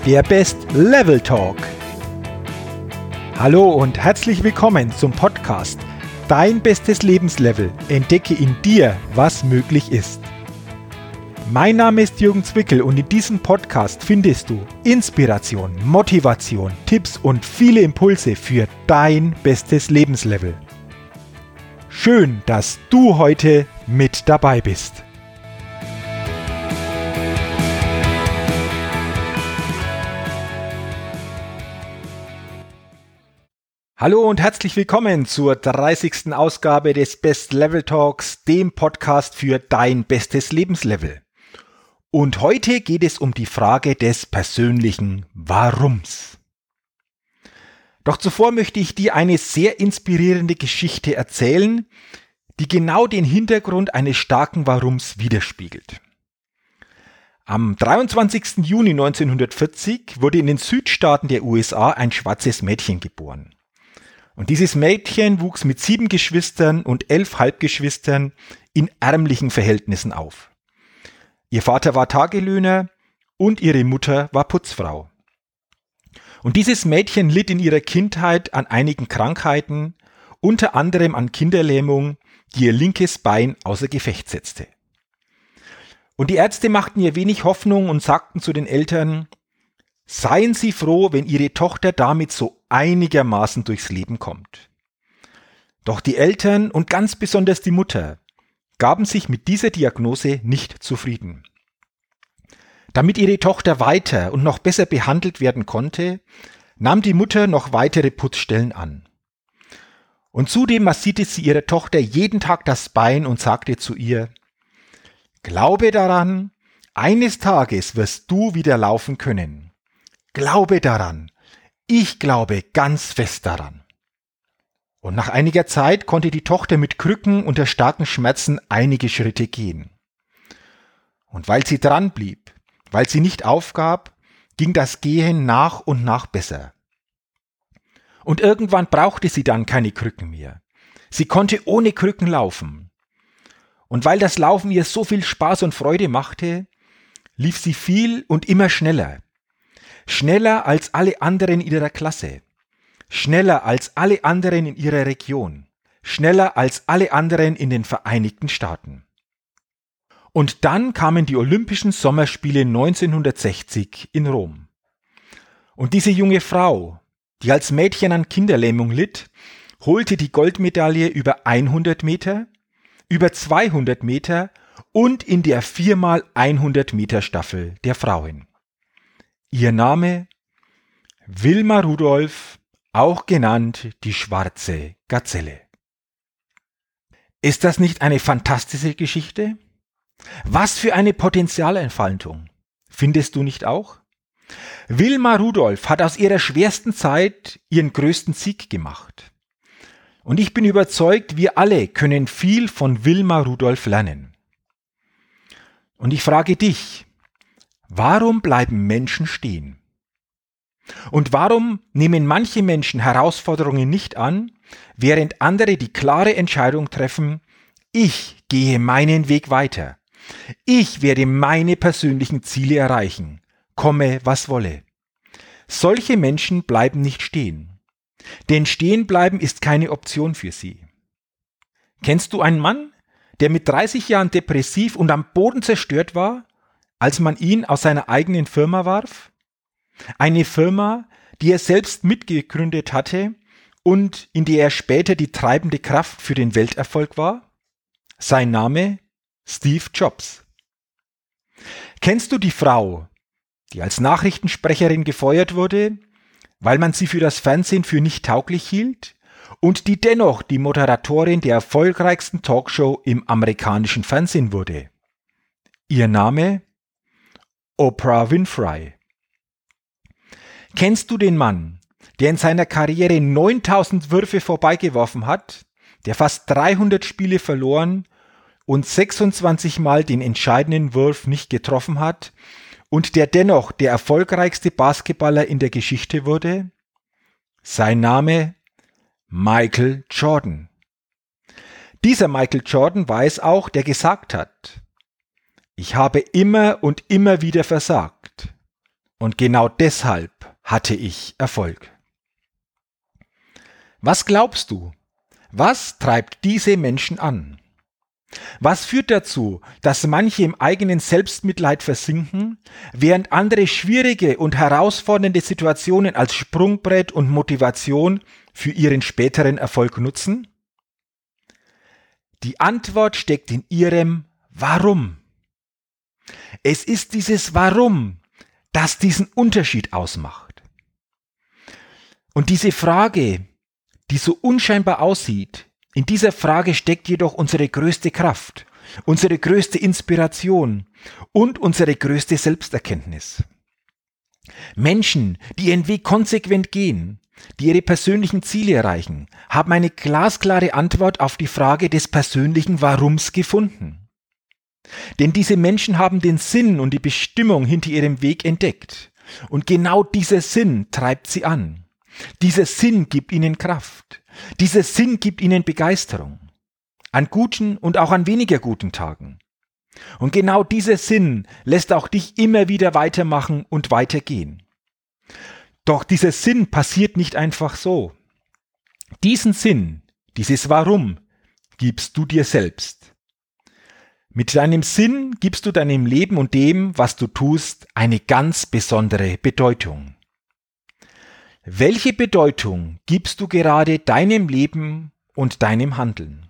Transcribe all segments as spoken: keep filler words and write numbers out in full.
der Best Level Talk. Hallo und herzlich willkommen zum Podcast Dein bestes Lebenslevel. Entdecke in dir, was möglich ist. Mein Name ist Jürgen Zwickel und in diesem Podcast findest du Inspiration, Motivation, Tipps und viele Impulse für dein bestes Lebenslevel. Schön, dass du heute mit dabei bist. Hallo und herzlich willkommen zur dreißigsten Ausgabe des Best Level Talks, dem Podcast für dein bestes Lebenslevel. Und heute geht es um die Frage des persönlichen Warums. Doch zuvor möchte ich dir eine sehr inspirierende Geschichte erzählen, die genau den Hintergrund eines starken Warums widerspiegelt. Am dreiundzwanzigsten Juni neunzehnhundertvierzig wurde in den Südstaaten der U S A ein schwarzes Mädchen geboren. Und dieses Mädchen wuchs mit sieben Geschwistern und elf Halbgeschwistern in ärmlichen Verhältnissen auf. Ihr Vater war Tagelöhner und ihre Mutter war Putzfrau. Und dieses Mädchen litt in ihrer Kindheit an einigen Krankheiten, unter anderem an Kinderlähmung, die ihr linkes Bein außer Gefecht setzte. Und die Ärzte machten ihr wenig Hoffnung und sagten zu den Eltern: Seien Sie froh, wenn Ihre Tochter damit so einigermaßen durchs Leben kommt. Doch die Eltern und ganz besonders die Mutter gaben sich mit dieser Diagnose nicht zufrieden. Damit ihre Tochter weiter und noch besser behandelt werden konnte, nahm die Mutter noch weitere Putzstellen an. Und zudem massierte sie ihrer Tochter jeden Tag das Bein und sagte zu ihr: Glaube daran, eines Tages wirst du wieder laufen können. Glaube daran. Ich glaube ganz fest daran. Und nach einiger Zeit konnte die Tochter mit Krücken unter starken Schmerzen einige Schritte gehen. Und weil sie dran blieb, weil sie nicht aufgab, ging das Gehen nach und nach besser. Und irgendwann brauchte sie dann keine Krücken mehr. Sie konnte ohne Krücken laufen. Und weil das Laufen ihr so viel Spaß und Freude machte, lief sie viel und immer schneller. Schneller als alle anderen in ihrer Klasse, schneller als alle anderen in ihrer Region, schneller als alle anderen in den Vereinigten Staaten. Und dann kamen die Olympischen Sommerspiele neunzehnhundertsechzig in Rom. Und diese junge Frau, die als Mädchen an Kinderlähmung litt, holte die Goldmedaille über hundert Meter, über zweihundert Meter und in der vier mal hundert Meter Staffel der Frauen. Ihr Name: Wilma Rudolph, auch genannt die schwarze Gazelle. Ist das nicht eine fantastische Geschichte? Was für eine Potenzialentfaltung, findest du nicht auch? Wilma Rudolph hat aus ihrer schwersten Zeit ihren größten Sieg gemacht. Und ich bin überzeugt, wir alle können viel von Wilma Rudolph lernen. Und ich frage dich: Warum bleiben Menschen stehen? Und warum nehmen manche Menschen Herausforderungen nicht an, während andere die klare Entscheidung treffen: Ich gehe meinen Weg weiter. Ich werde meine persönlichen Ziele erreichen, komme was wolle. Solche Menschen bleiben nicht stehen. Denn stehen bleiben ist keine Option für sie. Kennst du einen Mann, der mit dreißig Jahren depressiv und am Boden zerstört war, als man ihn aus seiner eigenen Firma warf? Eine Firma, die er selbst mitgegründet hatte und in der er später die treibende Kraft für den Welterfolg war? Sein Name: Steve Jobs. Kennst du die Frau, die als Nachrichtensprecherin gefeuert wurde, weil man sie für das Fernsehen für nicht tauglich hielt und die dennoch die Moderatorin der erfolgreichsten Talkshow im amerikanischen Fernsehen wurde? Ihr Name: Oprah Winfrey. Kennst du den Mann, der in seiner Karriere neuntausend Würfe vorbeigeworfen hat, der fast dreihundert Spiele verloren und sechsundzwanzig Mal den entscheidenden Wurf nicht getroffen hat und der dennoch der erfolgreichste Basketballer in der Geschichte wurde? Sein Name: Michael Jordan. Dieser Michael Jordan war es auch, der gesagt hat: Ich habe immer und immer wieder versagt. Und genau deshalb hatte ich Erfolg. Was glaubst du? Was treibt diese Menschen an? Was führt dazu, dass manche im eigenen Selbstmitleid versinken, während andere schwierige und herausfordernde Situationen als Sprungbrett und Motivation für ihren späteren Erfolg nutzen? Die Antwort steckt in ihrem Warum. Es ist dieses Warum, das diesen Unterschied ausmacht. Und diese Frage, die so unscheinbar aussieht, in dieser Frage steckt jedoch unsere größte Kraft, unsere größte Inspiration und unsere größte Selbsterkenntnis. Menschen, die ihren Weg konsequent gehen, die ihre persönlichen Ziele erreichen, haben eine glasklare Antwort auf die Frage des persönlichen Warums gefunden. Denn diese Menschen haben den Sinn und die Bestimmung hinter ihrem Weg entdeckt. Und genau dieser Sinn treibt sie an. Dieser Sinn gibt ihnen Kraft. Dieser Sinn gibt ihnen Begeisterung. An guten und auch an weniger guten Tagen. Und genau dieser Sinn lässt auch dich immer wieder weitermachen und weitergehen. Doch dieser Sinn passiert nicht einfach so. Diesen Sinn, dieses Warum, gibst du dir selbst. Mit deinem Sinn gibst du deinem Leben und dem, was du tust, eine ganz besondere Bedeutung. Welche Bedeutung gibst du gerade deinem Leben und deinem Handeln?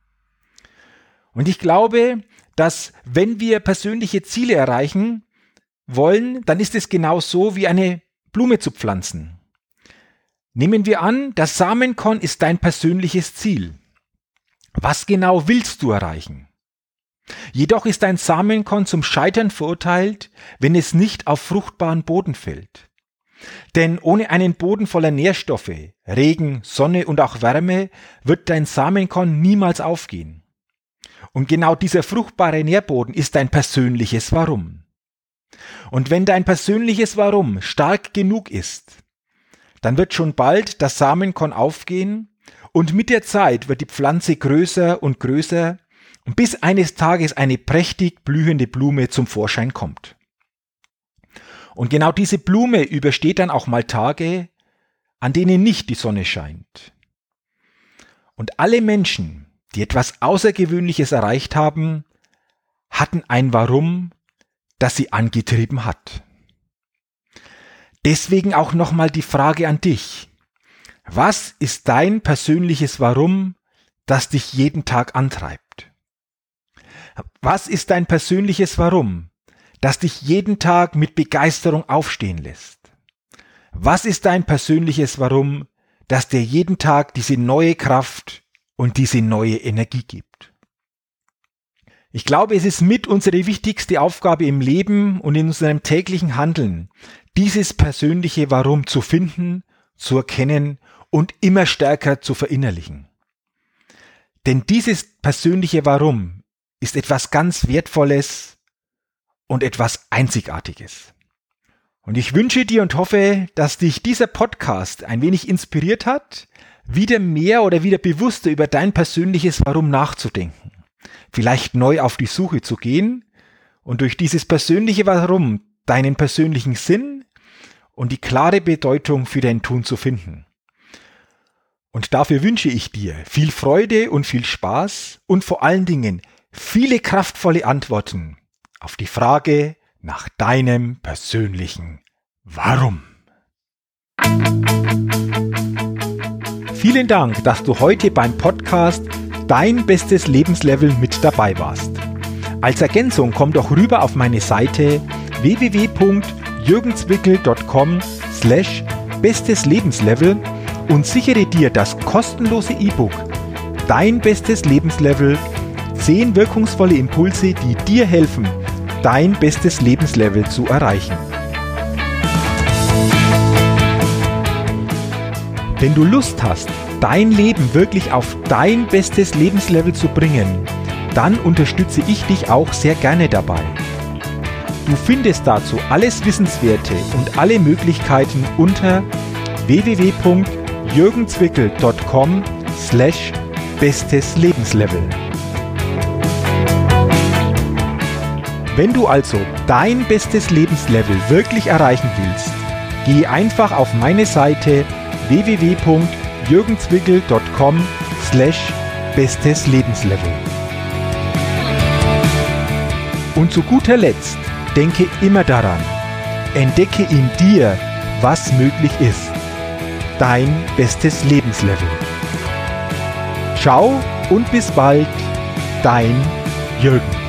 Und ich glaube, dass wenn wir persönliche Ziele erreichen wollen, dann ist es genau so wie eine Blume zu pflanzen. Nehmen wir an, das Samenkorn ist dein persönliches Ziel. Was genau willst du erreichen? Jedoch ist dein Samenkorn zum Scheitern verurteilt, wenn es nicht auf fruchtbaren Boden fällt. Denn ohne einen Boden voller Nährstoffe, Regen, Sonne und auch Wärme wird dein Samenkorn niemals aufgehen. Und genau dieser fruchtbare Nährboden ist dein persönliches Warum. Und wenn dein persönliches Warum stark genug ist, dann wird schon bald das Samenkorn aufgehen und mit der Zeit wird die Pflanze größer und größer, bis eines Tages eine prächtig blühende Blume zum Vorschein kommt. Und genau diese Blume übersteht dann auch mal Tage, an denen nicht die Sonne scheint. Und alle Menschen, die etwas Außergewöhnliches erreicht haben, hatten ein Warum, das sie angetrieben hat. Deswegen auch nochmal die Frage an dich. Was ist dein persönliches Warum, das dich jeden Tag antreibt? Was ist dein persönliches Warum, das dich jeden Tag mit Begeisterung aufstehen lässt? Was ist dein persönliches Warum, das dir jeden Tag diese neue Kraft und diese neue Energie gibt? Ich glaube, es ist mit unsere wichtigste Aufgabe im Leben und in unserem täglichen Handeln, dieses persönliche Warum zu finden, zu erkennen und immer stärker zu verinnerlichen. Denn dieses persönliche Warum ist etwas ganz Wertvolles und etwas Einzigartiges. Und ich wünsche dir und hoffe, dass dich dieser Podcast ein wenig inspiriert hat, wieder mehr oder wieder bewusster über dein persönliches Warum nachzudenken, vielleicht neu auf die Suche zu gehen und durch dieses persönliche Warum deinen persönlichen Sinn und die klare Bedeutung für dein Tun zu finden. Und dafür wünsche ich dir viel Freude und viel Spaß und vor allen Dingen viele kraftvolle Antworten auf die Frage nach deinem persönlichen Warum. Vielen Dank, dass du heute beim Podcast Dein bestes Lebenslevel mit dabei warst. Als Ergänzung komm doch rüber auf meine Seite w w w punkt jürgenzwickel punkt com slash bestes Lebenslevel und sichere dir das kostenlose E-Book Dein bestes Lebenslevel, zehn wirkungsvolle Impulse, die dir helfen, dein bestes Lebenslevel zu erreichen. Wenn du Lust hast, dein Leben wirklich auf dein bestes Lebenslevel zu bringen, dann unterstütze ich dich auch sehr gerne dabei. Du findest dazu alles Wissenswerte und alle Möglichkeiten unter w w w punkt jürgenzwickel punkt com slash bestes Lebenslevel. Wenn du also dein bestes Lebenslevel wirklich erreichen willst, geh einfach auf meine Seite w w w punkt jürgen zwickel punkt com slash bestes Lebenslevel. Und zu guter Letzt, denke immer daran, entdecke in dir, was möglich ist. Dein bestes Lebenslevel. Ciao und bis bald, dein Jürgen.